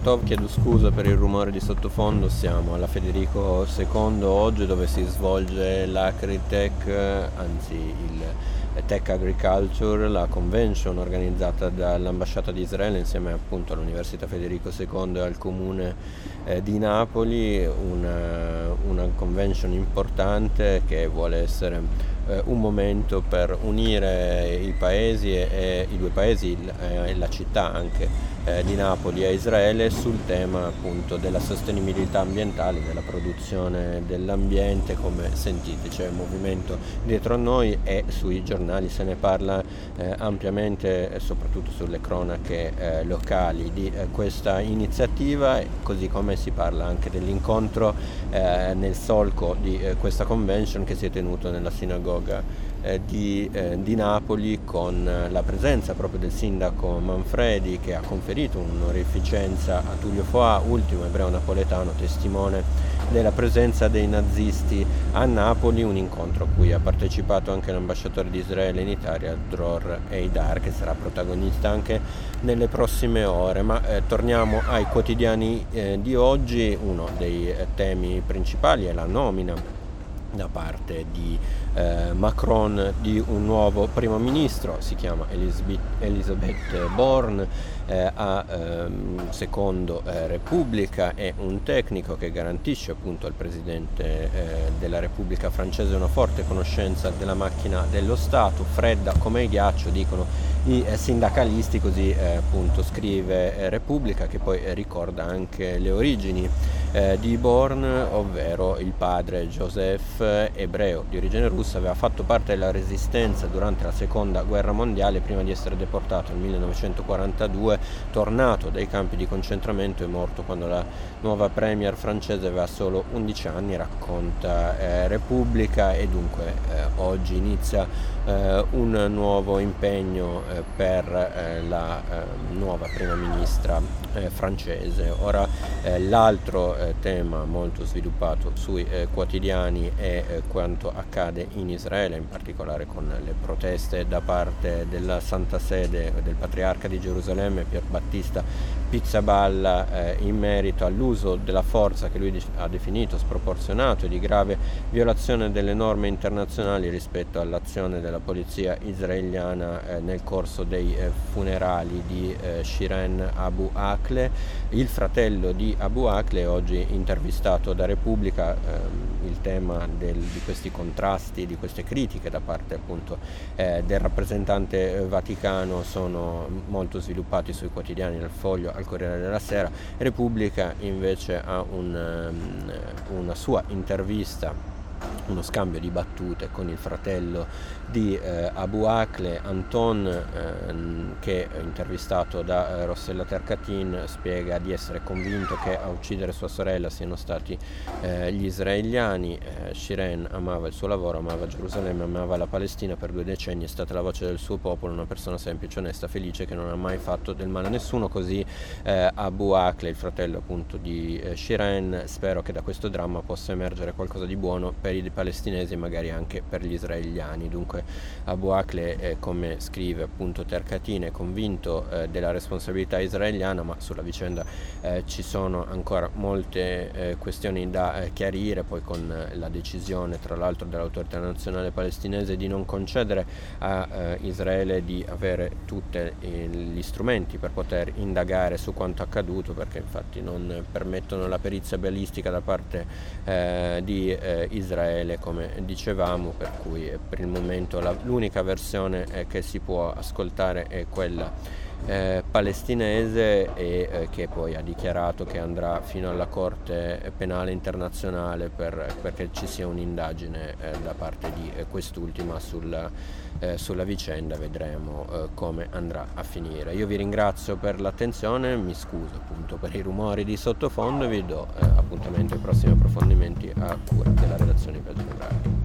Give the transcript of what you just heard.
Tov, chiedo scusa per il rumore di sottofondo, siamo alla Federico II oggi dove si svolge l'Agritech, anzi il Tech Agriculture, la convention organizzata dall'Ambasciata di Israele insieme appunto all'Università Federico II e al Comune di Napoli, una convention importante che vuole essere un momento per unire i paesi e i due paesi e la città anche di Napoli e Israele sul tema appunto della sostenibilità ambientale, della produzione dell'ambiente. Come sentite c'è un movimento dietro a noi e sui giornali se ne parla ampiamente, soprattutto sulle cronache locali di questa iniziativa, così come si parla anche dell'incontro nel solco di questa convention che si è tenuto nella sinagoga di Napoli, con la presenza proprio del sindaco Manfredi, che ha conferito un'onorificenza a Tullio Foà, ultimo ebreo napoletano testimone della presenza dei nazisti a Napoli, un incontro a cui ha partecipato anche l'ambasciatore di Israele in Italia, Dror Eidar, che sarà protagonista anche nelle prossime ore. Ma torniamo ai quotidiani di oggi. Uno dei temi principali è la nomina da parte di Macron di un nuovo primo ministro, si chiama Elisabeth Borne, secondo Repubblica è un tecnico che garantisce appunto al presidente della Repubblica francese una forte conoscenza della macchina dello Stato, fredda come il ghiaccio, dicono i sindacalisti, così appunto scrive Repubblica, che poi ricorda anche le origini di Borne, ovvero il padre Joseph, ebreo di origine russa, aveva fatto parte della resistenza durante la seconda guerra mondiale prima di essere deportato nel 1942, tornato dai campi di concentramento e morto quando la nuova premier francese aveva solo 11 anni, racconta Repubblica, e dunque oggi inizia un nuovo impegno per la nuova prima ministra francese. Ora l'altro tema molto sviluppato sui quotidiani è quanto accade in Israele, in particolare con le proteste da parte della Santa Sede, del Patriarca di Gerusalemme Pier Battista Pizzaballa, in merito all'uso della forza che lui ha definito sproporzionato e di grave violazione delle norme internazionali rispetto all'azione della polizia israeliana nel corso dei funerali di Shiren Abu Akleh. Il fratello di Abu Akleh, oggi intervistato da Repubblica, il tema di questi contrasti, di queste critiche da parte appunto del rappresentante vaticano sono molto sviluppati sui quotidiani, dal Foglio al Corriere della Sera. Repubblica invece ha una sua intervista, uno scambio di battute con il fratello di Abu Akleh, Anton, che intervistato da Rossella Tercatin spiega di essere convinto che a uccidere sua sorella siano stati gli israeliani. Shiren amava il suo lavoro, amava Gerusalemme, amava la Palestina, per 2 decenni è stata la voce del suo popolo, una persona semplice, onesta, felice, che non ha mai fatto del male a nessuno. Così Abu Akleh, il fratello appunto di Shiren: spero che da questo dramma possa emergere qualcosa di buono per i palestinesi e magari anche per gli israeliani. Dunque Abu Akleh, come scrive appunto Tercatin, è convinto della responsabilità israeliana, ma sulla vicenda ci sono ancora molte questioni da chiarire, poi con la decisione tra l'altro dell'autorità nazionale palestinese di non concedere a Israele di avere tutti gli strumenti per poter indagare su quanto accaduto, perché infatti non permettono la perizia balistica da parte di Israele, come dicevamo, per cui per il momento l'unica versione che si può ascoltare è quella palestinese, e che poi ha dichiarato che andrà fino alla Corte Penale Internazionale perché ci sia un'indagine da parte di quest'ultima sulla vicenda. Vedremo come andrà a finire. Io vi ringrazio per l'attenzione, mi scuso appunto per i rumori di sottofondo e vi do appuntamento ai prossimi approfondimenti a cura della redazione di Viaggio Ebraico.